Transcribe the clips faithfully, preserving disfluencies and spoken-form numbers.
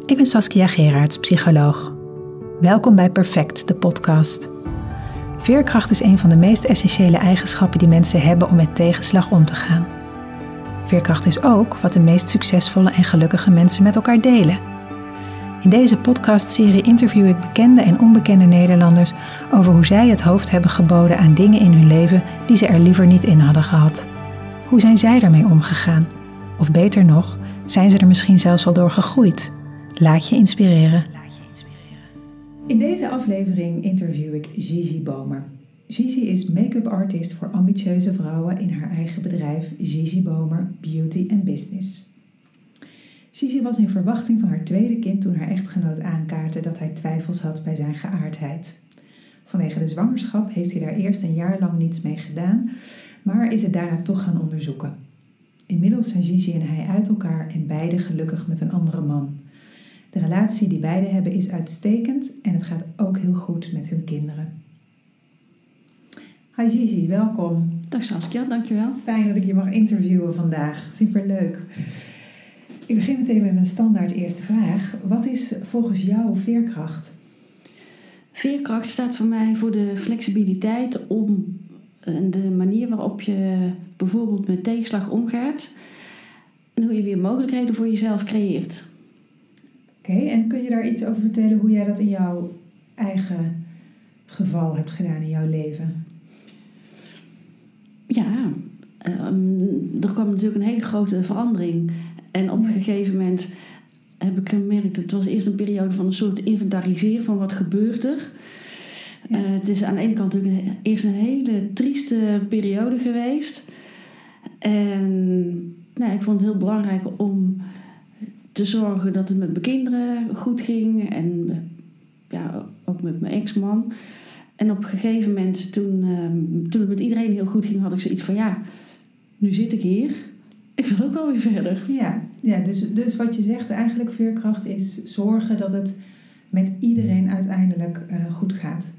Ik ben Saskia Gerards, psycholoog. Welkom bij Perfect, de podcast. Veerkracht is een van de meest essentiële eigenschappen die mensen hebben om met tegenslag om te gaan. Veerkracht is ook wat de meest succesvolle en gelukkige mensen met elkaar delen. In deze podcastserie interview ik bekende en onbekende Nederlanders over hoe zij het hoofd hebben geboden aan dingen in hun leven die ze er liever niet in hadden gehad. Hoe zijn zij daarmee omgegaan? Of beter nog, zijn ze er misschien zelfs wel door gegroeid? Laat je inspireren. In deze aflevering interview ik Gigi Bomer. Gigi is make-up artist voor ambitieuze vrouwen in haar eigen bedrijf Gigi Bomer Beauty and Business. Gigi was in verwachting van haar tweede kind toen haar echtgenoot aankaartte dat hij twijfels had bij zijn geaardheid. Vanwege de zwangerschap heeft hij daar eerst een jaar lang niets mee gedaan, maar is het daarna toch gaan onderzoeken. Inmiddels zijn Gigi en hij uit elkaar en beide gelukkig met een andere man. De relatie die beide hebben is uitstekend en het gaat ook heel goed met hun kinderen. Hi Gigi, welkom. Dag Saskia, dankjewel. Fijn dat ik je mag interviewen vandaag. Superleuk. Ik begin meteen met mijn standaard eerste vraag. Wat is volgens jou veerkracht? Veerkracht staat voor mij voor de flexibiliteit om de manier waarop je bijvoorbeeld met tegenslag omgaat en hoe je weer mogelijkheden voor jezelf creëert. Oké, okay, en kun je daar iets over vertellen hoe jij dat in jouw eigen geval hebt gedaan in jouw leven? Ja, um, er kwam natuurlijk een hele grote verandering. En op ja. een gegeven moment heb ik gemerkt, het was eerst een periode van een soort inventariseren van wat gebeurt er. Ja. Uh, het is aan de ene kant natuurlijk een, eerst een hele trieste periode geweest. En nou, ik vond het heel belangrijk om te zorgen dat het met mijn kinderen goed ging. En ja, ook met mijn ex-man. En op een gegeven moment, toen, um, toen het met iedereen heel goed ging, had ik zoiets van ja, nu zit ik hier. Ik wil ook wel weer verder. Ja, ja dus, dus wat je zegt eigenlijk, veerkracht is zorgen dat het met iedereen uiteindelijk uh, goed gaat.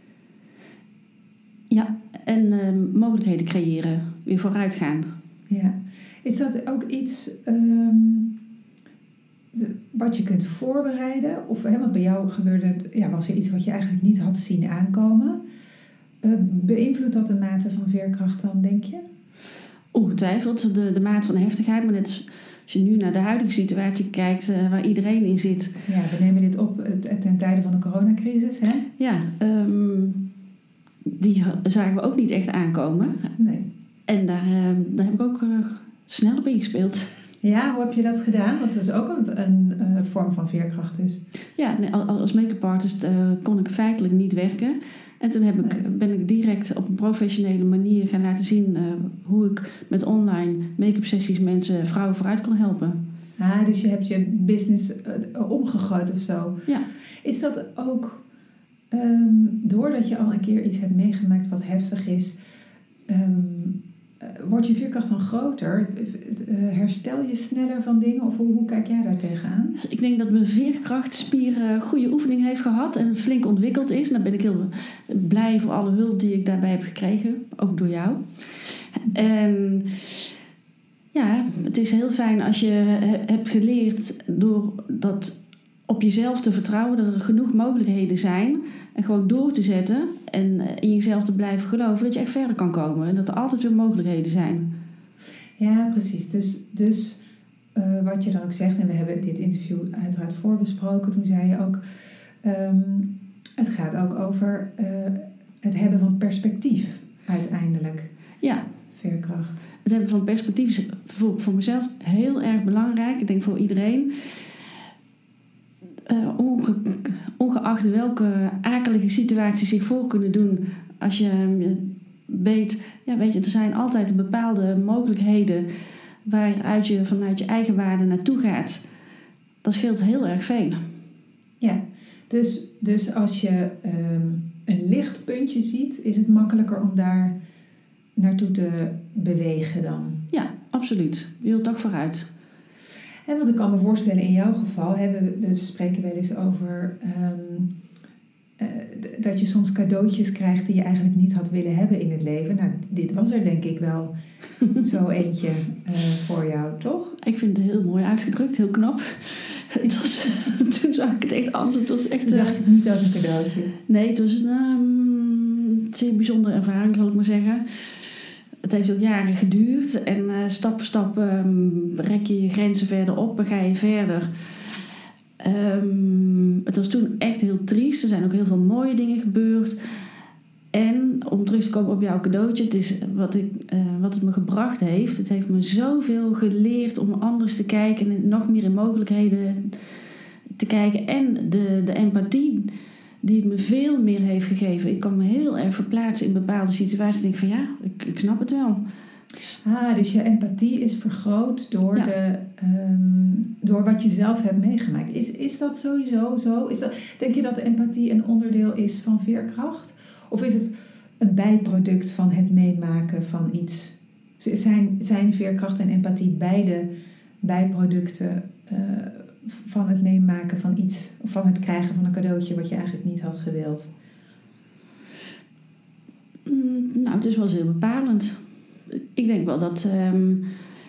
Ja, en uh, mogelijkheden creëren, weer vooruit gaan. Ja, is dat ook iets um, wat je kunt voorbereiden? Of, hè, want bij jou gebeurde het, ja, was er iets wat je eigenlijk niet had zien aankomen. Uh, beïnvloedt dat de mate van veerkracht dan, denk je? Ongetwijfeld, de, de mate van heftigheid. Maar net als, als je nu naar de huidige situatie kijkt, uh, waar iedereen in zit. Ja, we nemen dit op ten tijde van de coronacrisis, hè? Ja, um, die zagen we ook niet echt aankomen. Nee. En daar, uh, daar heb ik ook uh, snel op ingespeeld. Ja, hoe heb je dat gedaan? Want het is ook een, een uh, vorm van veerkracht dus. Ja, nee, als make-up artist uh, kon ik feitelijk niet werken. En toen heb ik, ben ik direct op een professionele manier gaan laten zien uh, hoe ik met online make-up sessies mensen, vrouwen vooruit kon helpen. Ah, dus je hebt je business uh, omgegooid of zo. Ja. Is dat ook um, doordat je al een keer iets hebt meegemaakt wat heftig is, um, uh, wordt je veerkracht dan groter? Uh, herstel je sneller van dingen of hoe, hoe kijk jij daar tegenaan? Ik denk dat mijn veerkrachtspier uh, goede oefening heeft gehad en flink ontwikkeld is. En dan ben ik heel blij voor alle hulp die ik daarbij heb gekregen, ook door jou. En ja, het is heel fijn als je hebt geleerd door dat op jezelf te vertrouwen, dat er genoeg mogelijkheden zijn en gewoon door te zetten en in jezelf te blijven geloven dat je echt verder kan komen en dat er altijd weer mogelijkheden zijn. Ja, precies. Dus, dus uh, wat je dan ook zegt, en we hebben dit interview uiteraard voorbesproken, toen zei je ook, um, het gaat ook over uh, het hebben van perspectief uiteindelijk. Ja. Veerkracht. Het hebben van perspectief is voor, voor mezelf heel erg belangrijk. Ik denk voor iedereen. Uh, onge, ongeacht welke akelige situaties zich voor kunnen doen. Als je weet, ja, weet je, er zijn altijd bepaalde mogelijkheden waaruit je vanuit je eigen waarde naartoe gaat. Dat scheelt heel erg veel. Ja, dus, dus als je um, een lichtpuntje ziet, is het makkelijker om daar naartoe te bewegen dan? Ja, absoluut. Je wilt toch vooruit. En wat ik kan me voorstellen in jouw geval, hè, we, we spreken wel eens over um, uh, dat je soms cadeautjes krijgt die je eigenlijk niet had willen hebben in het leven. Nou, dit was er denk ik wel zo eentje uh, voor jou, toch? Ik vind het heel mooi uitgedrukt, heel knap. Het was, toen zag ik het echt anders. Het was echt, Toen zag je het niet als een cadeautje? Nee, het was een um, zeer bijzondere ervaring, zal ik maar zeggen. Het heeft ook jaren geduurd. En uh, stap voor stap um, rek je je grenzen verder op en ga je verder. Um, het was toen echt heel triest. Er zijn ook heel veel mooie dingen gebeurd. En om terug te komen op jouw cadeautje, het is wat, ik, uh, wat het me gebracht heeft. Het heeft me zoveel geleerd om anders te kijken en nog meer in mogelijkheden te kijken. En de, de empathie die het me veel meer heeft gegeven. Ik kan me heel erg verplaatsen in bepaalde situaties. Ik denk van ja, ik, ik snap het wel. Ah, dus je empathie is vergroot door, ja. de, um, door wat je zelf hebt meegemaakt. Is, is dat sowieso zo? Is dat, denk je dat de empathie een onderdeel is van veerkracht? Of is het een bijproduct van het meemaken van iets? Zijn, zijn veerkracht en empathie beide bijproducten uh, van het meemaken van iets? Of van het krijgen van een cadeautje wat je eigenlijk niet had gewild? Mm, nou, het is wel heel bepalend. Ik denk wel dat um,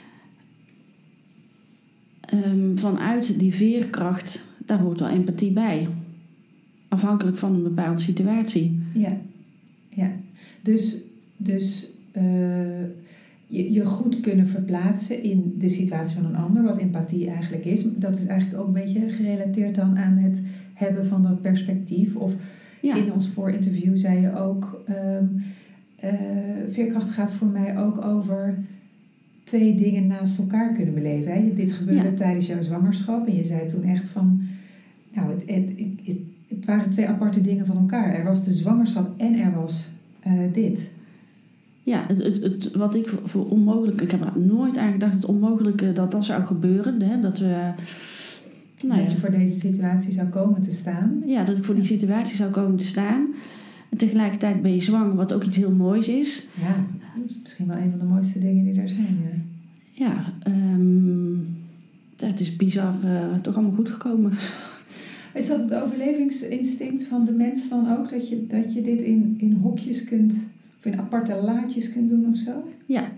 um, vanuit die veerkracht, daar hoort wel empathie bij. Afhankelijk van een bepaalde situatie. Ja, ja. Dus, dus uh, je, je goed kunnen verplaatsen in de situatie van een ander, wat empathie eigenlijk is. Dat is eigenlijk ook een beetje gerelateerd dan aan het hebben van dat perspectief. Of ja. In ons voorinterview zei je ook, um, uh, veerkracht gaat voor mij ook over twee dingen naast elkaar kunnen beleven. Hè? Dit gebeurde ja. tijdens jouw zwangerschap en je zei toen echt van, nou, het, het, het, het Het waren twee aparte dingen van elkaar. Er was de zwangerschap en er was uh, dit. Ja, het, het, het, wat ik voor, voor onmogelijk... Ik heb er nooit aan gedacht het onmogelijke dat dat zou gebeuren. Hè, dat we... Nou ja, dat je voor deze situatie zou komen te staan. Ja, dat ik voor die situatie zou komen te staan. En tegelijkertijd ben je zwanger, wat ook iets heel moois is. Ja, dat is misschien wel een van de mooiste dingen die er zijn. Ja, ja um, het is bizar uh, toch allemaal goed gekomen. Is dat het overlevingsinstinct van de mens dan ook? Dat je, dat je dit in, in hokjes kunt, of in aparte laadjes kunt doen of zo? Ja.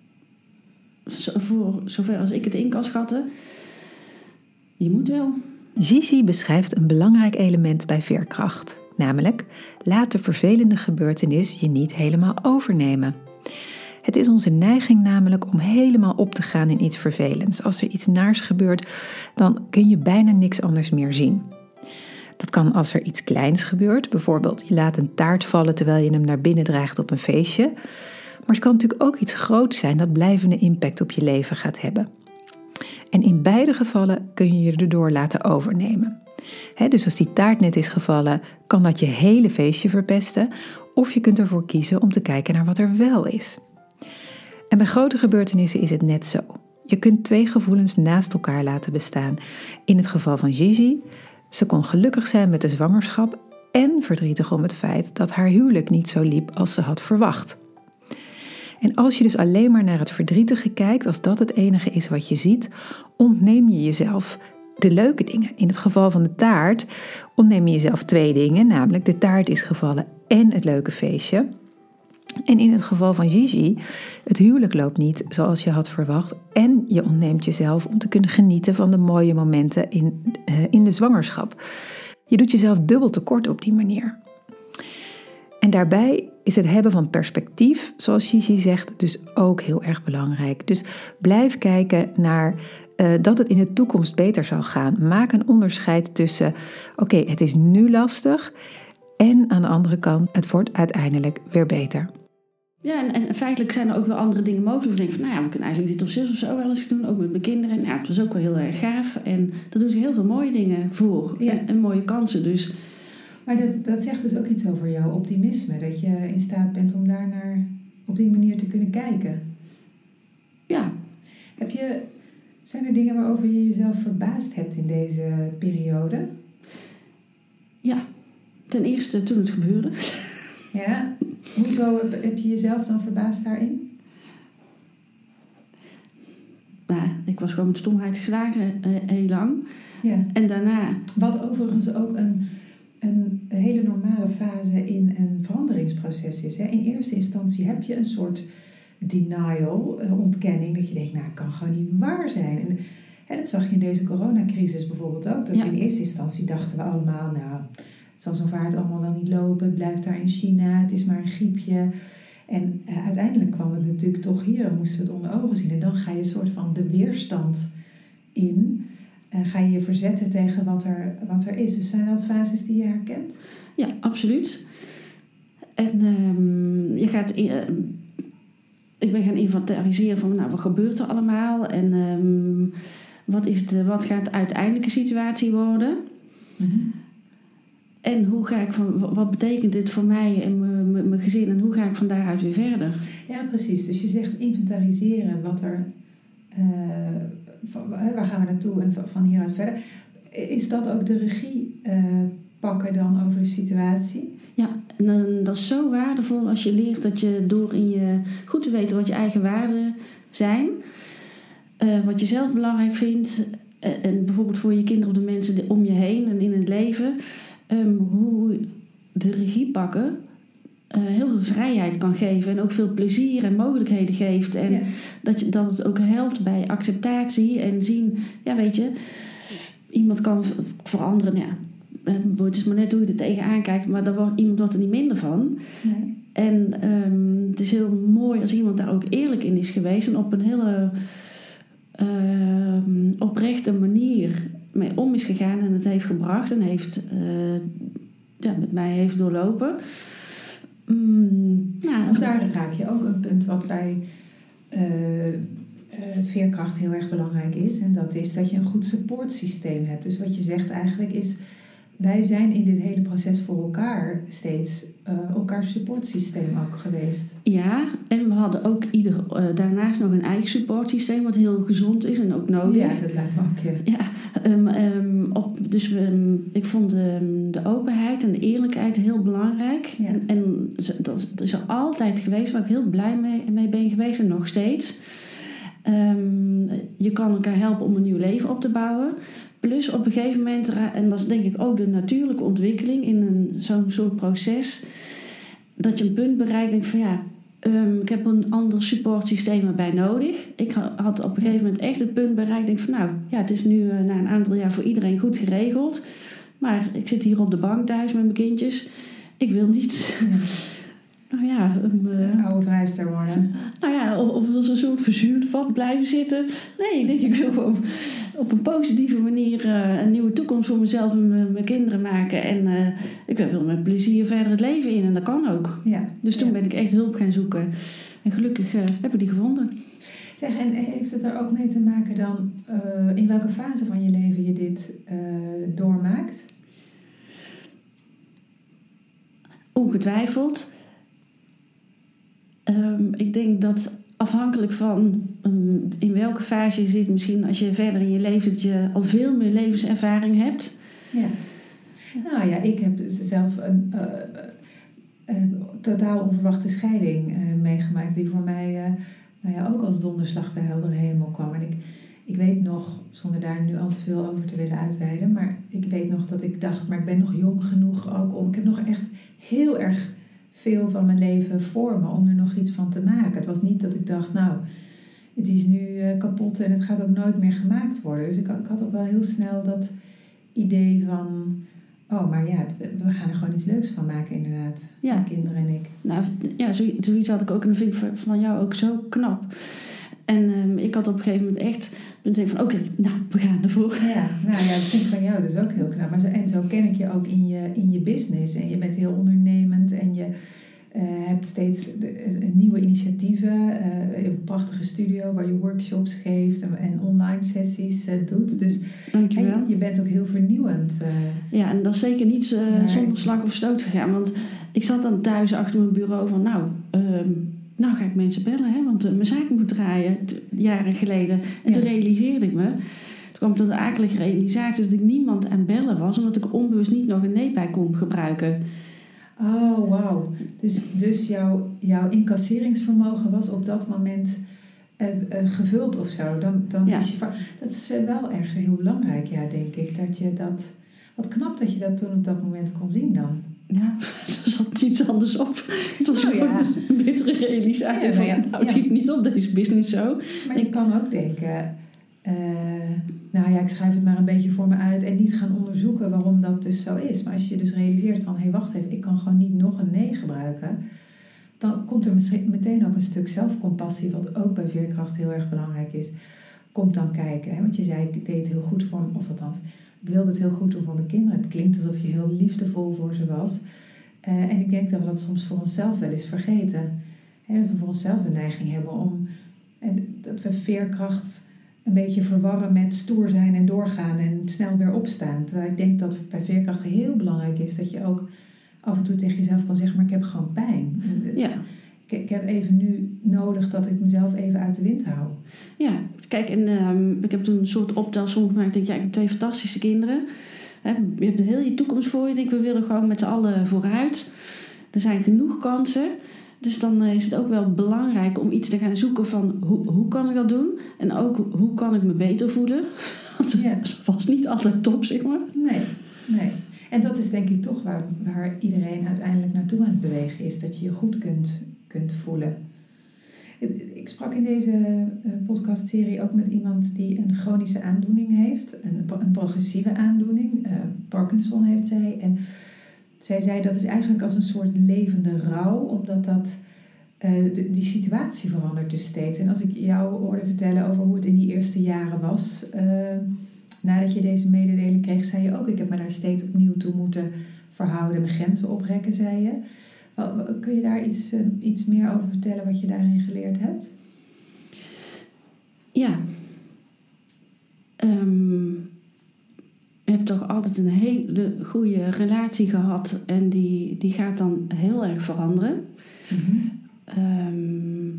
Zo, voor zover als ik het in kan schatten. Je moet wel. Gigi beschrijft een belangrijk element bij veerkracht. Namelijk, laat de vervelende gebeurtenis je niet helemaal overnemen. Het is onze neiging namelijk om helemaal op te gaan in iets vervelends. Als er iets naars gebeurt, dan kun je bijna niks anders meer zien. Dat kan als er iets kleins gebeurt. Bijvoorbeeld, je laat een taart vallen terwijl je hem naar binnen draagt op een feestje. Maar het kan natuurlijk ook iets groots zijn dat blijvende impact op je leven gaat hebben. En in beide gevallen kun je je erdoor laten overnemen. He, dus als die taart net is gevallen, kan dat je hele feestje verpesten. Of je kunt ervoor kiezen om te kijken naar wat er wel is. En bij grote gebeurtenissen is het net zo. Je kunt twee gevoelens naast elkaar laten bestaan. In het geval van Gigi, ze kon gelukkig zijn met de zwangerschap en verdrietig om het feit dat haar huwelijk niet zo liep als ze had verwacht. En als je dus alleen maar naar het verdrietige kijkt, als dat het enige is wat je ziet, ontneem je jezelf de leuke dingen. In het geval van de taart ontneem je jezelf twee dingen, namelijk de taart is gevallen en het leuke feestje. En in het geval van Gigi, het huwelijk loopt niet zoals je had verwacht en je ontneemt jezelf om te kunnen genieten van de mooie momenten in, uh, in de zwangerschap. Je doet jezelf dubbel tekort op die manier. En daarbij is het hebben van perspectief, zoals Gigi zegt, dus ook heel erg belangrijk. Dus blijf kijken naar uh, dat het in de toekomst beter zal gaan. Maak een onderscheid tussen, oké, okay, het is nu lastig en aan de andere kant, het wordt uiteindelijk weer beter. Ja, en, en feitelijk zijn er ook wel andere dingen mogelijk. Ik denk van, nou ja, we kunnen eigenlijk dit of zus of zo wel eens doen, ook met mijn kinderen. Nou, het was ook wel heel erg gaaf en daar doen ze heel veel mooie dingen voor ja. en, en mooie kansen. Dus. Maar dat, dat zegt dus ook iets over jouw optimisme, dat je in staat bent om daar naar op die manier te kunnen kijken. Ja. Heb je, zijn er dingen waarover je jezelf verbaasd hebt in deze periode? Ja, ten eerste toen het gebeurde. Ja, hoezo heb, heb je jezelf dan verbaasd daarin? Nou, ik was gewoon met stomheid geslagen uh, heel lang. Ja. En daarna. Wat overigens ook een, een hele normale fase in een veranderingsproces is. Hè? In eerste instantie heb je een soort denial, uh, ontkenning, dat je denkt, nou, het kan gewoon niet waar zijn. En Hè, dat zag je in deze coronacrisis bijvoorbeeld ook. Dat Ja. in eerste instantie dachten we allemaal, nou, het zal zo vaart allemaal wel niet lopen. Het blijft daar in China, het is maar een griepje. En uh, uiteindelijk kwam het natuurlijk toch hier, moesten we het onder ogen zien. En dan ga je een soort van de weerstand in. Uh, ga je je verzetten tegen wat er, wat er is. Dus zijn dat fases die je herkent? Ja, absoluut. En um, je gaat... Uh, ik ben gaan inventariseren van, nou, wat gebeurt er allemaal? En um, wat, is de, wat gaat de uiteindelijke situatie worden? Mm-hmm. En hoe ga ik van, wat betekent dit voor mij en mijn gezin? En hoe ga ik van daaruit weer verder? Ja, precies. Dus je zegt inventariseren wat er... Uh, van, waar gaan we naartoe en van hieruit verder? Is dat ook de regie uh, pakken dan over de situatie? Ja, en dan, dat is zo waardevol als je leert dat je door in je goed te weten wat je eigen waarden zijn, uh, wat je zelf belangrijk vindt, uh, en bijvoorbeeld voor je kinderen of de mensen om je heen en in het leven, um, hoe de regie pakken uh, heel veel vrijheid kan geven en ook veel plezier en mogelijkheden geeft. En ja. dat, je, dat het ook helpt bij acceptatie en zien, ja weet je, iemand kan veranderen, ja. Het is maar net hoe je er tegenaan kijkt, maar daar wordt iemand wat er niet minder van. Nee. En um, het is heel mooi als iemand daar ook eerlijk in is geweest en op een hele uh, oprechte manier mee om is gegaan en het heeft gebracht en heeft uh, ja, met mij heeft doorlopen. Mm, nou, Want daar raak je ook een punt wat bij uh, uh, veerkracht heel erg belangrijk is. En dat is dat je een goed supportsysteem hebt. Dus wat je zegt eigenlijk is, wij zijn in dit hele proces voor elkaar steeds uh, elkaars supportsysteem ook geweest. Ja, en we hadden ook ieder uh, daarnaast nog een eigen supportsysteem wat heel gezond is en ook nodig. Ja, dat lijkt me ook, ja. Ja, um, um, op, dus um, ik vond um, de openheid en de eerlijkheid heel belangrijk. Ja. En, en dat is er altijd geweest, waar ik heel blij mee, mee ben geweest en nog steeds. Um, je kan elkaar helpen om een nieuw leven op te bouwen. Plus op een gegeven moment, en dat is denk ik ook de natuurlijke ontwikkeling in een, zo'n soort proces, dat je een punt bereikt, denk van ja, um, ik heb een ander supportsysteem erbij nodig. Ik had op een gegeven moment echt het punt bereikt, denk van nou, ja, het is nu uh, na een aantal jaar voor iedereen goed geregeld, maar ik zit hier op de bank thuis met mijn kindjes. Ik wil niet. Ja. Nou ja, een uh, oude vrijster worden. Nou ja, of, of zo'n soort verzuurd vat blijven zitten. Nee, ik denk ik wil gewoon op een positieve manier uh, een nieuwe toekomst voor mezelf en m- mijn kinderen maken. En uh, ik wil met plezier verder het leven in en dat kan ook. Ja, dus toen ja. ben ik echt hulp gaan zoeken. En gelukkig uh, heb ik die gevonden. Zeg, en heeft het er ook mee te maken dan uh, in welke fase van je leven je dit uh, doormaakt? Ongetwijfeld. Um, ik denk dat afhankelijk van um, in welke fase je zit, misschien als je verder in je leven, dat je al veel meer levenservaring hebt. Ja. Nou ja, ik heb zelf een uh, uh, uh, totaal onverwachte scheiding uh, meegemaakt, die voor mij uh, nou ja, ook als donderslag bij heldere hemel kwam. En ik, ik weet nog, zonder daar nu al te veel over te willen uitweiden, maar ik weet nog dat ik dacht, maar ik ben nog jong genoeg ook om, ik heb nog echt heel erg veel van mijn leven voor me om er nog iets van te maken. Het was niet dat ik dacht, nou, het is nu uh, kapot en het gaat ook nooit meer gemaakt worden. Dus ik, ik had ook wel heel snel dat idee van, oh, maar ja, we gaan er gewoon iets leuks van maken inderdaad. Ja. Mijn kinderen en ik. Nou, ja, zoiets had ik ook en dat vind ik van jou ook zo knap. En um, ik had op een gegeven moment echt meteen van, oké, okay, nou, we gaan ervoor. Ja, nou ja, dat vind ik van jou dus ook heel knap. Maar zo, en zo ken ik je ook in je, in je business. En je bent heel ondernemend en je uh, hebt steeds de, uh, nieuwe initiatieven. Uh, een prachtige studio waar je workshops geeft en, en online sessies uh, doet. Dus dankjewel. Hey, je bent ook heel vernieuwend. Uh, ja, en dat is zeker niet uh, nee. zonder slag of stoot gegaan. Want ik zat dan thuis achter mijn bureau van, nou... Um, Nou ga ik mensen bellen, hè, want uh, mijn zaak moet draaien, t- jaren geleden. En ja. Toen realiseerde ik me, toen kwam tot de akelige realisatie dat ik niemand aan bellen was, omdat ik onbewust niet nog een nee bij kon gebruiken. Oh, wauw. Dus, dus jouw, jouw incasseringsvermogen was op dat moment uh, uh, gevuld of zo. Dan, dan ja. is je va- dat is uh, wel erg heel belangrijk, ja, denk ik. Dat je dat, wat knap dat je dat toen op dat moment kon zien dan. Ja, er zat iets anders op. Het was oh, gewoon ja. een bittere realisatie ja, van, ja, nou, het ja. ziet niet op, deze business zo. Maar je kan ook denken, Uh, nou ja, ik schrijf het maar een beetje voor me uit en niet gaan onderzoeken waarom dat dus zo is. Maar als je dus realiseert van, hé hey, wacht even, ik kan gewoon niet nog een nee gebruiken. Dan komt er misschien meteen ook een stuk zelfcompassie, wat ook bij veerkracht heel erg belangrijk is. Komt dan kijken, hè? Want je zei, ik deed het heel goed voor me, of althans, ik wilde het heel goed doen voor mijn kinderen. Het klinkt alsof je heel liefdevol voor ze was. Uh, en ik denk dat we dat soms voor onszelf wel eens vergeten. Hè? Dat we voor onszelf de neiging hebben om, en dat we veerkracht een beetje verwarren met stoer zijn en doorgaan en snel weer opstaan. Terwijl ik denk dat het bij veerkracht heel belangrijk is dat je ook af en toe tegen jezelf kan zeggen, maar ik heb gewoon pijn. Ja. Ik, ik heb even nu nodig dat ik mezelf even uit de wind hou. Ja, kijk, en um, ik heb toen een soort optelsom gemaakt. Ik denk, ja, ik heb twee fantastische kinderen. He, je hebt heel je toekomst voor je. Ik denk, we willen gewoon met z'n allen vooruit. Er zijn genoeg kansen. Dus dan is het ook wel belangrijk om iets te gaan zoeken van hoe, hoe kan ik dat doen? En ook hoe kan ik me beter voelen? Want het ja. was niet altijd top, zeg maar. Nee, nee. En dat is denk ik toch waar, waar iedereen uiteindelijk naartoe aan het bewegen is. Dat je je goed kunt, kunt voelen. Ik sprak in deze podcastserie ook met iemand die een chronische aandoening heeft. Een, een progressieve aandoening. Uh, Parkinson heeft zij. En zij zei dat is eigenlijk als een soort levende rouw. Omdat dat, uh, de, die situatie verandert dus steeds. En als ik jou hoorde vertellen over hoe het in die eerste jaren was. Uh, nadat je deze mededeling kreeg, zei je ook. Ik heb me daar steeds opnieuw toe moeten verhouden. Mijn grenzen oprekken, zei je. Kun je daar iets, uh, iets meer over vertellen wat je daarin geleerd hebt? Ja. Um, ik heb toch altijd een hele goede relatie gehad. En die, die gaat dan heel erg veranderen. Mm-hmm. Um,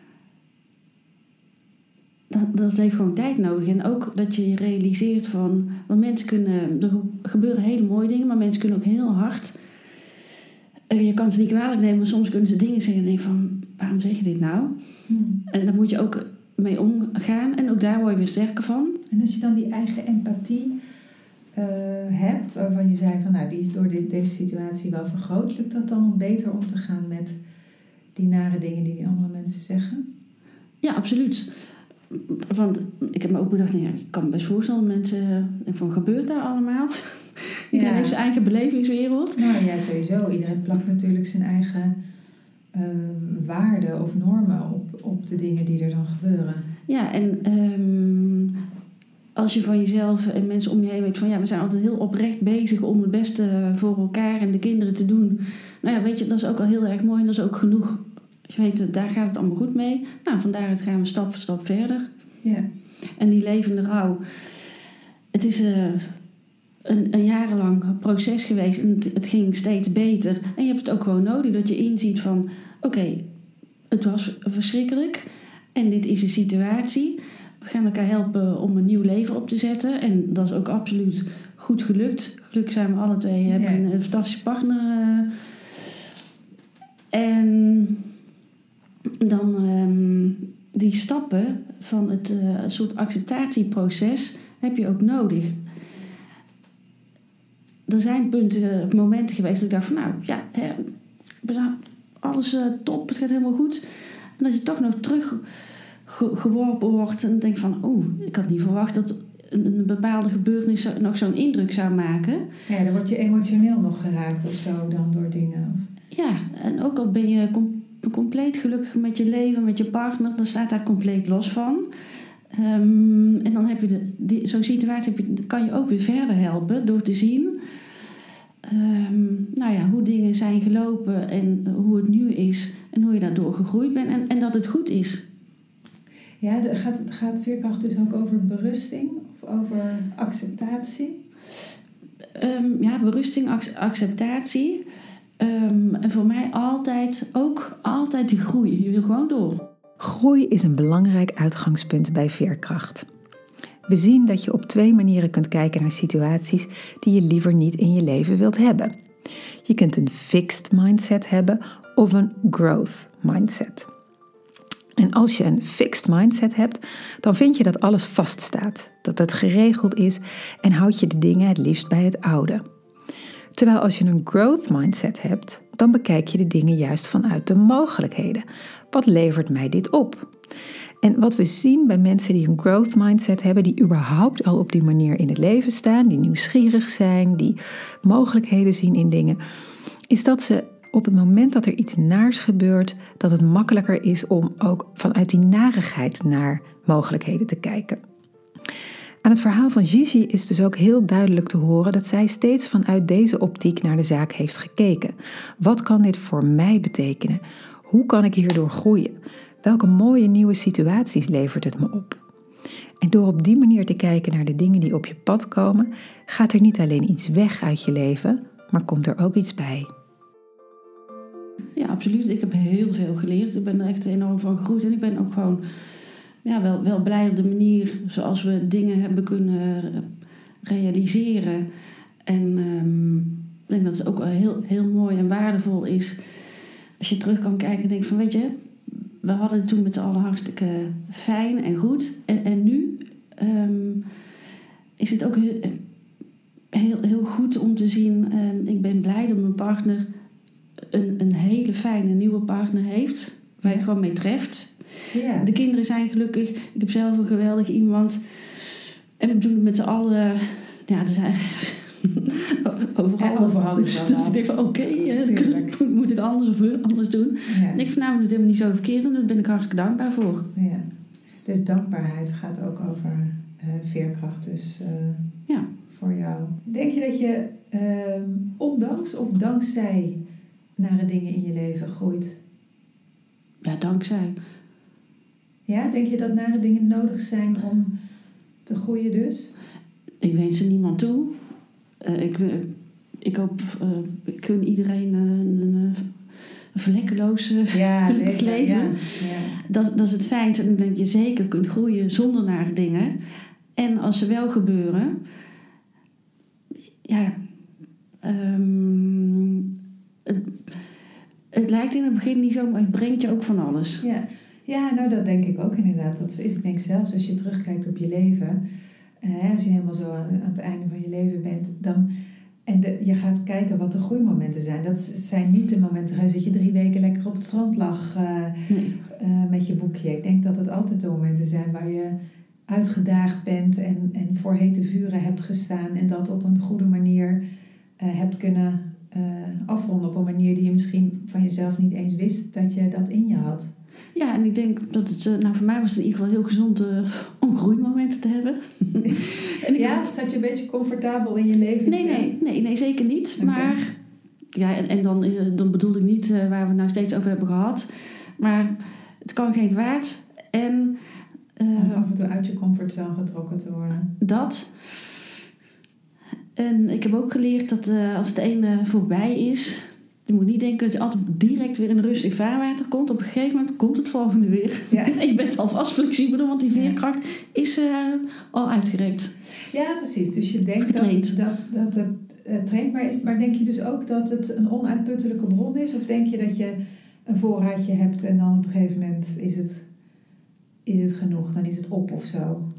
dat, dat heeft gewoon tijd nodig. En ook dat je je realiseert van... Want mensen kunnen... Er gebeuren hele mooie dingen, maar mensen kunnen ook heel hard... Je kan ze niet kwalijk nemen, maar soms kunnen ze dingen zeggen en denk van, waarom zeg je dit nou? Hmm. En daar moet je ook mee omgaan en ook daar word je weer sterker van. En als je dan die eigen empathie uh, hebt, waarvan je zei van, nou, die is door dit, deze situatie wel vergroot, lukt dat dan om beter om te gaan met die nare dingen die die andere mensen zeggen? Ja, absoluut. Want ik heb me ook bedacht, nou ja, ik kan me best voorstellen, mensen, van gebeurt daar allemaal? Iedereen ja. heeft zijn eigen belevingswereld. Nou ja, sowieso. Iedereen plakt natuurlijk zijn eigen uh, waarden of normen op, op de dingen die er dan gebeuren. Ja, en um, als je van jezelf en mensen om je heen weet van... ja, we zijn altijd heel oprecht bezig om het beste voor elkaar en de kinderen te doen. Nou ja, weet je, dat is ook al heel erg mooi en dat is ook genoeg. Als je weet, daar gaat het allemaal goed mee. Nou, van daaruit gaan we stap voor stap verder. Ja. En die levende rouw. Het is... Uh, Een, een jarenlang proces geweest en het, het ging steeds beter. En je hebt het ook gewoon nodig dat je inziet van... Oké, okay, het was verschrikkelijk en dit is de situatie. We gaan elkaar helpen om een nieuw leven op te zetten. En dat is ook absoluut goed gelukt. Gelukkig zijn we alle twee, hebben ja. een, een fantastische partner. Uh, en dan um, die stappen van het uh, soort acceptatieproces heb je ook nodig. Er zijn punten, momenten geweest dat ik dacht van nou, ja, hè, alles uh, top, het gaat helemaal goed. En dat je toch nog terug ge- geworpen wordt en denk van, oeh, ik had niet verwacht dat een, een bepaalde gebeurtenis zo, nog zo'n indruk zou maken. Ja, dan word je emotioneel nog geraakt of zo dan door dingen. Ja, en ook al ben je com- compleet gelukkig met je leven, met je partner, dan staat daar compleet los van. Um, en dan heb je de, die, zo'n situatie heb je, kan je ook weer verder helpen door te zien um, nou ja, hoe dingen zijn gelopen en hoe het nu is en hoe je daardoor gegroeid bent en, en dat het goed is. Ja, de, gaat, gaat veerkracht dus ook over berusting of over acceptatie? Um, ja, berusting, acceptatie um, en voor mij altijd ook altijd de groei. Je wil gewoon door. Groei is een belangrijk uitgangspunt bij veerkracht. We zien dat je op twee manieren kunt kijken naar situaties die je liever niet in je leven wilt hebben. Je kunt een fixed mindset hebben of een growth mindset. En als je een fixed mindset hebt, dan vind je dat alles vaststaat, dat het geregeld is en houd je de dingen het liefst bij het oude. Terwijl als je een growth mindset hebt, dan bekijk je de dingen juist vanuit de mogelijkheden. Wat levert mij dit op? En wat we zien bij mensen die een growth mindset hebben, die überhaupt al op die manier in het leven staan, die nieuwsgierig zijn, die mogelijkheden zien in dingen, is dat ze op het moment dat er iets naars gebeurt, dat het makkelijker is om ook vanuit die narigheid naar mogelijkheden te kijken. Aan het verhaal van Gigi is dus ook heel duidelijk te horen dat zij steeds vanuit deze optiek naar de zaak heeft gekeken. Wat kan dit voor mij betekenen? Hoe kan ik hierdoor groeien? Welke mooie nieuwe situaties levert het me op? En door op die manier te kijken naar de dingen die op je pad komen, gaat er niet alleen iets weg uit je leven, maar komt er ook iets bij. Ja, absoluut. Ik heb heel veel geleerd. Ik ben er echt enorm van gegroeid. En ik ben ook gewoon ja, wel, wel blij op de manier zoals we dingen hebben kunnen realiseren. En um, ik denk dat het ook wel heel, heel mooi en waardevol is. Als je terug kan kijken en denkt van, weet je, we hadden het toen met z'n allen hartstikke fijn en goed. En, en nu um, is het ook heel, heel, heel goed om te zien. Um, ik ben blij dat mijn partner een, een hele fijne nieuwe partner heeft. Waar je het gewoon mee treft. Ja. De kinderen zijn gelukkig. Ik heb zelf een geweldig iemand. En we doen het met z'n allen. Ja, het is eigenlijk overal. Ja, overal is dus dat. Dus ik denk van oké, okay, moet ik anders of anders doen. Ja. En ik vind nou het helemaal niet zo verkeerd. En daar ben ik hartstikke dankbaar voor. Ja. Dus dankbaarheid gaat ook over uh, veerkracht. Dus uh, ja. Voor jou. Denk je dat je uh, ondanks of dankzij nare dingen in je leven groeit? Ja, dankzij. Ja, denk je dat nare dingen nodig zijn om te groeien dus? Ik wens er niemand toe. Uh, ik, uh, ik hoop, uh, ik gun iedereen uh, een, een vlekkeloos uh, ja, gelukkig leven. Ja, ja. Dat, dat is het fijnste. En ik denk dat je zeker kunt groeien zonder nare dingen. En als ze wel gebeuren, ja, um, het, het lijkt in het begin niet zo, maar het brengt je ook van alles. Ja. Ja, nou dat denk ik ook inderdaad. Dat is, ik denk zelfs als je terugkijkt op je leven, eh, als je helemaal zo aan, aan het einde van je leven bent, dan, en de, je gaat kijken wat de groeimomenten zijn. Dat zijn niet de momenten dat je drie weken lekker op het strand lag uh, nee. uh, met je boekje. Ik denk dat het altijd de momenten zijn waar je uitgedaagd bent en, en voor hete vuren hebt gestaan en dat op een goede manier uh, hebt kunnen uh, afronden. Op een manier die je misschien van jezelf niet eens wist dat je dat in je had. Ja, en ik denk dat het, nou voor mij was het in ieder geval heel gezond uh, om groeimomenten te hebben. en ik ja, of zat je een beetje comfortabel in je leven? Nee, nee, nee, nee, zeker niet. Okay. Maar, ja, en, en dan, dan bedoel ik niet uh, waar we het nou steeds over hebben gehad. Maar het kan geen kwaad. En, uh, om af en toe uit je comfortzone getrokken te worden. Dat. En ik heb ook geleerd dat uh, als het ene voorbij is, je moet niet denken dat je altijd direct weer in een rustig vaarwater komt. Op een gegeven moment komt het volgende weer. Ja. En je bent alvast flexibeler, want die veerkracht ja. is uh, al uitgerekt. Ja, precies. Dus je denkt dat, dat, dat het uh, trainbaar is. Maar denk je dus ook dat het een onuitputtelijke bron is? Of denk je dat je een voorraadje hebt en dan op een gegeven moment is het, is het genoeg? Dan is het op of zo?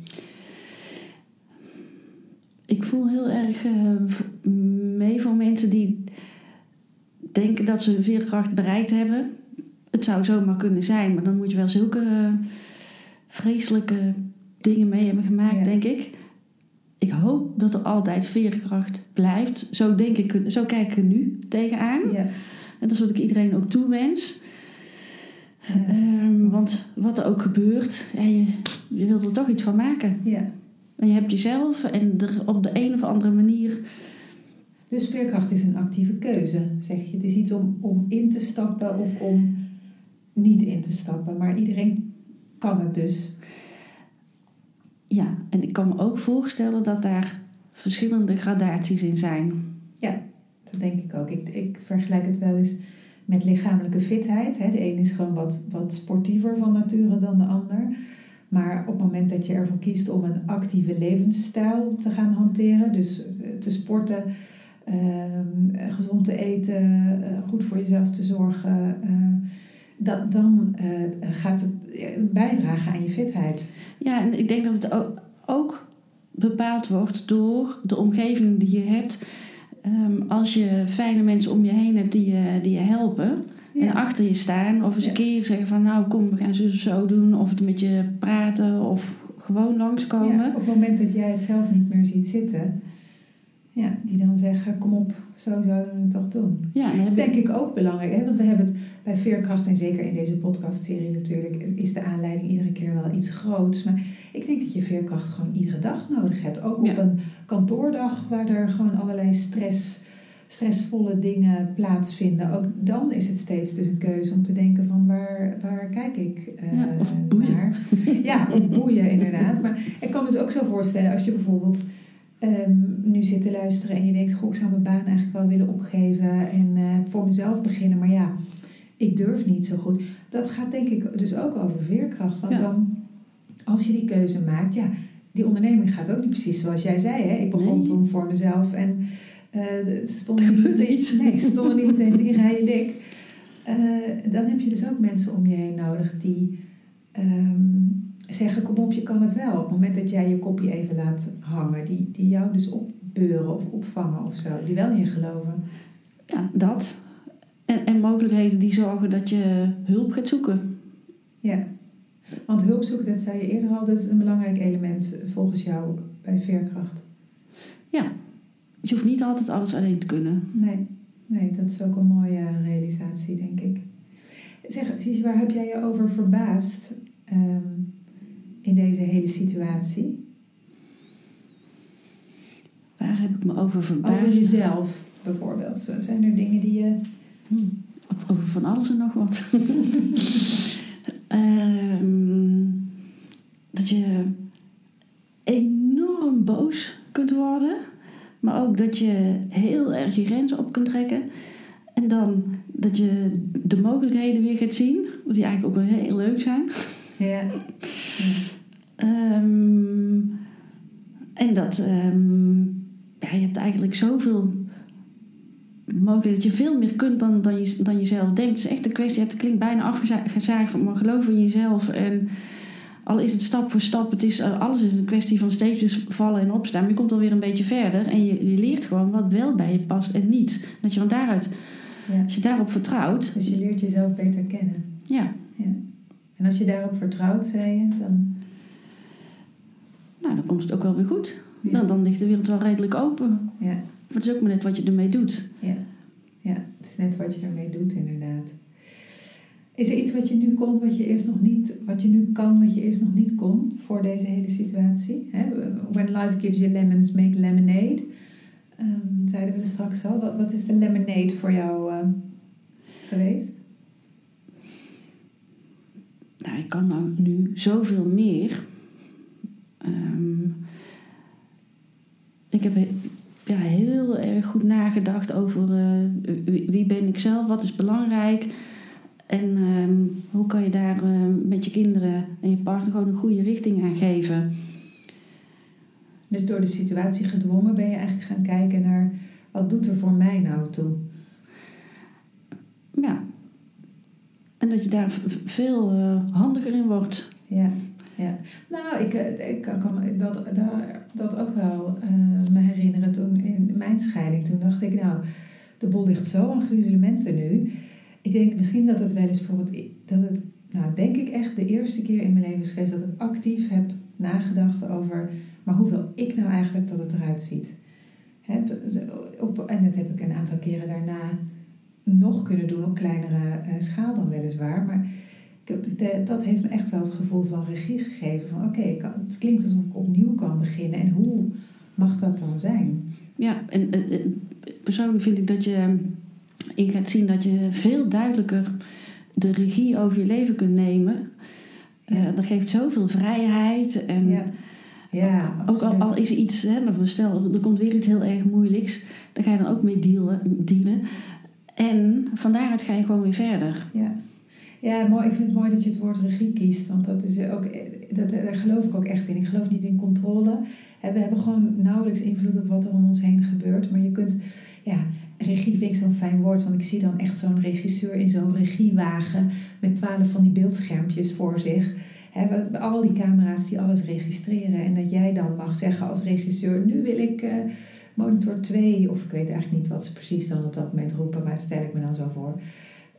Ik voel heel erg uh, mee voor mensen die denken dat ze hun veerkracht bereikt hebben. Het zou zomaar kunnen zijn, maar dan moet je wel zulke uh, vreselijke dingen mee hebben gemaakt, ja. denk ik. Ik hoop dat er altijd veerkracht blijft. Zo denk ik, zo kijk ik er nu tegenaan. Ja. En dat is wat ik iedereen ook toewens. Ja. Um, want wat er ook gebeurt, ja, je, je wilt er toch iets van maken. Ja. En je hebt jezelf en er op de een of andere manier. Dus veerkracht is een actieve keuze, zeg je. Het is iets om, om in te stappen of om niet in te stappen. Maar iedereen kan het dus. Ja, en ik kan me ook voorstellen dat daar verschillende gradaties in zijn. Ja, dat denk ik ook. Ik, ik vergelijk het wel eens met lichamelijke fitheid. Hè. De een is gewoon wat, wat sportiever van nature dan de ander. Maar op het moment dat je ervoor kiest om een actieve levensstijl te gaan hanteren, dus te sporten, uh, gezond te eten, uh, goed voor jezelf te zorgen, uh, dat, dan uh, gaat het bijdragen aan je fitheid. Ja, en ik denk dat het ook, ook bepaald wordt door de omgeving die je hebt. Um, als je fijne mensen om je heen hebt die je, die je helpen, Ja. En achter je staan. Of eens ja. een keer zeggen van nou kom we gaan zo zo doen. Of het met je praten. Of gewoon langskomen. Ja, op het moment dat jij het zelf niet meer ziet zitten. Ja, die dan zeggen kom op, zo zouden we het toch doen. Ja, dat is denk ik ook belangrijk. Hè? Want we hebben het bij Veerkracht en zeker in deze podcastserie natuurlijk. Is de aanleiding iedere keer wel iets groots. Maar ik denk dat je veerkracht gewoon iedere dag nodig hebt. Ook op ja. een kantoordag waar er gewoon allerlei stress... stressvolle dingen plaatsvinden. Ook dan is het steeds dus een keuze om te denken van waar, waar kijk ik uh, ja, of boeien. naar. Ja, of boeien inderdaad. Maar ik kan me dus ook zo voorstellen als je bijvoorbeeld um, nu zit te luisteren en je denkt, goh, ik zou mijn baan eigenlijk wel willen opgeven en uh, voor mezelf beginnen, maar ja, ik durf niet zo goed. Dat gaat denk ik dus ook over veerkracht. Want ja. dan, als je die keuze maakt, ja, die onderneming gaat ook niet precies zoals jij zei, hè? Ik begon nee. toen voor mezelf en Uh, ze stonden niet meteen, nee, ze stonden niet meteen tien rijen dik. Uh, dan heb je dus ook mensen om je heen nodig die um, zeggen, kom op, je kan het wel. Op het moment dat jij je kopje even laat hangen. Die, die jou dus opbeuren of opvangen of zo. Die wel in je geloven. Ja, dat. En, en mogelijkheden die zorgen dat je hulp gaat zoeken. Ja, want hulp zoeken, dat zei je eerder al, dat is een belangrijk element volgens jou bij veerkracht. Ja. Je hoeft niet altijd alles alleen te kunnen. Nee, nee, dat is ook een mooie realisatie, denk ik. Zeg, Suzy, waar heb jij je over verbaasd um, in deze hele situatie? Waar heb ik me over verbaasd? Over jezelf, bijvoorbeeld. Zijn er dingen die je... Hmm, over van alles en nog wat. um, dat je enorm boos kunt worden... Maar ook dat je heel erg je grenzen op kunt trekken. En dan dat je de mogelijkheden weer gaat zien. Wat die eigenlijk ook wel heel leuk zijn. Ja. ja. um, en dat... Um, ja, je hebt eigenlijk zoveel mogelijkheden. Dat je veel meer kunt dan, dan, je, dan jezelf denkt. Het is echt een kwestie. Het klinkt bijna afgezaagd van maar geloof in jezelf. En... Al is het stap voor stap, het is, alles is een kwestie van steeds dus vallen en opstaan. Maar je komt alweer een beetje verder en je, je leert gewoon wat wel bij je past en niet. Dat je van daaruit, ja. als je daarop vertrouwt... Dus je leert jezelf beter kennen. Ja. ja. En als je daarop vertrouwt, zei je, dan... Nou, dan komt het ook wel weer goed. Ja. Dan, dan ligt de wereld wel redelijk open. Ja. Maar het is ook maar net wat je ermee doet. Ja. Ja, het is net wat je ermee doet, inderdaad. Is er iets wat je nu kon, wat je eerst nog niet, wat je nu kan, wat je eerst nog niet kon voor deze hele situatie? He, when life gives you lemons, make lemonade. Um, zeiden we er straks al. Wat, wat is de lemonade voor jou uh, geweest? Nou, ik kan nou nu zoveel meer. Um, ik heb ja, heel erg goed nagedacht over uh, wie, wie ben ik zelf, wat is belangrijk. En um, hoe kan je daar uh, met je kinderen en je partner gewoon een goede richting aan geven. Dus door de situatie gedwongen ben je eigenlijk gaan kijken naar... wat doet er voor mij nou toe? Ja. En dat je daar v- veel uh, handiger in wordt. Ja, ja. Nou, ik, ik kan me dat, daar, dat ook wel uh, me herinneren toen in mijn scheiding. Toen dacht ik, nou, de boel ligt zo aan gruzelementen nu... Ik denk misschien dat het wel eens voor het, dat het, nou denk ik echt de eerste keer in mijn leven is geweest dat ik actief heb nagedacht over, maar hoe wil ik nou eigenlijk dat het eruit ziet? He, op, en dat heb ik een aantal keren daarna nog kunnen doen op kleinere uh, schaal dan weliswaar, maar ik heb, de, dat heeft me echt wel het gevoel van regie gegeven van oké, okay, het klinkt alsof ik opnieuw kan beginnen en hoe mag dat dan zijn? Ja, en uh, persoonlijk vind ik dat je je gaat zien dat je veel duidelijker de regie over je leven kunt nemen. Ja. Uh, dat geeft zoveel vrijheid. En ja. Ja, ook al, al is iets, hè, stel er komt weer iets heel erg moeilijks, daar ga je dan ook mee dealen. dealen. En van daaruit ga je gewoon weer verder. Ja. Ja, mooi. Ik vind het mooi dat je het woord regie kiest. Want dat is ook, dat, daar geloof ik ook echt in. Ik geloof niet in controle. We hebben gewoon nauwelijks invloed op wat er om ons heen gebeurt. Maar je kunt, ja, regie vind ik zo'n fijn woord. Want ik zie dan echt zo'n regisseur in zo'n regiewagen met twaalf van die beeldschermpjes voor zich. He, al die camera's die alles registreren. En dat jij dan mag zeggen als regisseur, nu wil ik uh, monitor twee. Of ik weet eigenlijk niet wat ze precies dan op dat moment roepen. Maar dat stel ik me dan zo voor.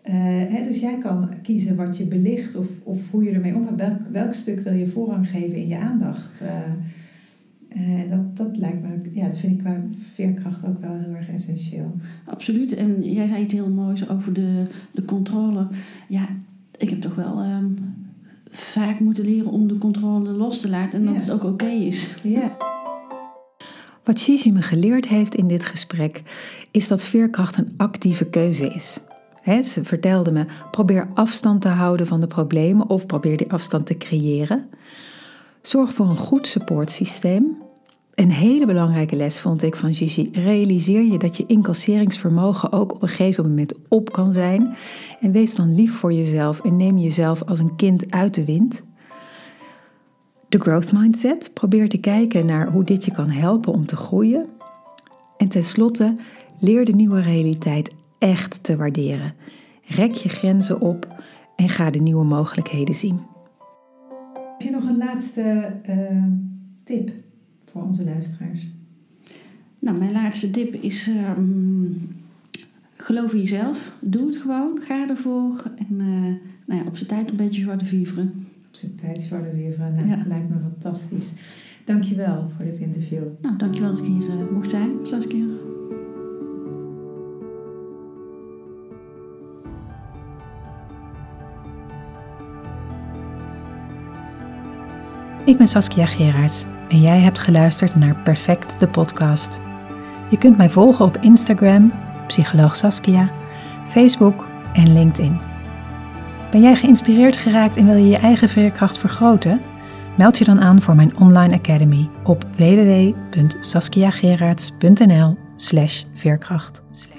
Uh, hè, dus jij kan kiezen wat je belicht of, of hoe je ermee omgaat. Welk, welk stuk wil je voorrang geven in je aandacht? Uh, uh, dat, dat lijkt me, ja, dat vind ik qua veerkracht ook wel heel erg essentieel. Absoluut. En jij zei het heel moois over de, de controle. Ja, ik heb toch wel um, vaak moeten leren om de controle los te laten en dat ja. het ook oké okay is. Ja. Wat Gigi me geleerd heeft in dit gesprek is dat veerkracht een actieve keuze is. He, ze vertelde me, probeer afstand te houden van de problemen of probeer die afstand te creëren. Zorg voor een goed supportsysteem. Een hele belangrijke les vond ik van Gigi. Realiseer je dat je incasseringsvermogen ook op een gegeven moment op kan zijn. En wees dan lief voor jezelf en neem jezelf als een kind uit de wind. De growth mindset. Probeer te kijken naar hoe dit je kan helpen om te groeien. En tenslotte, leer de nieuwe realiteit echt te waarderen. Rek je grenzen op en ga de nieuwe mogelijkheden zien. Heb je nog een laatste uh, tip voor onze luisteraars? Nou, mijn laatste tip is... Um, geloof in jezelf. Doe het gewoon. Ga ervoor. En uh, nou ja, op zijn tijd een beetje joie de vivre. Op zijn tijd joie de vivre. Nou, ja. Lijkt me fantastisch. Dankjewel voor dit interview. Nou, dankjewel dat ik hier uh, mocht zijn, Saskia. Ik ben Saskia Gerards en jij hebt geluisterd naar Perfect, de podcast. Je kunt mij volgen op Instagram, Psycholoog Saskia, Facebook en LinkedIn. Ben jij geïnspireerd geraakt en wil je je eigen veerkracht vergroten? Meld je dan aan voor mijn online academy op w w w punt saskiagerards punt n l slash veerkracht.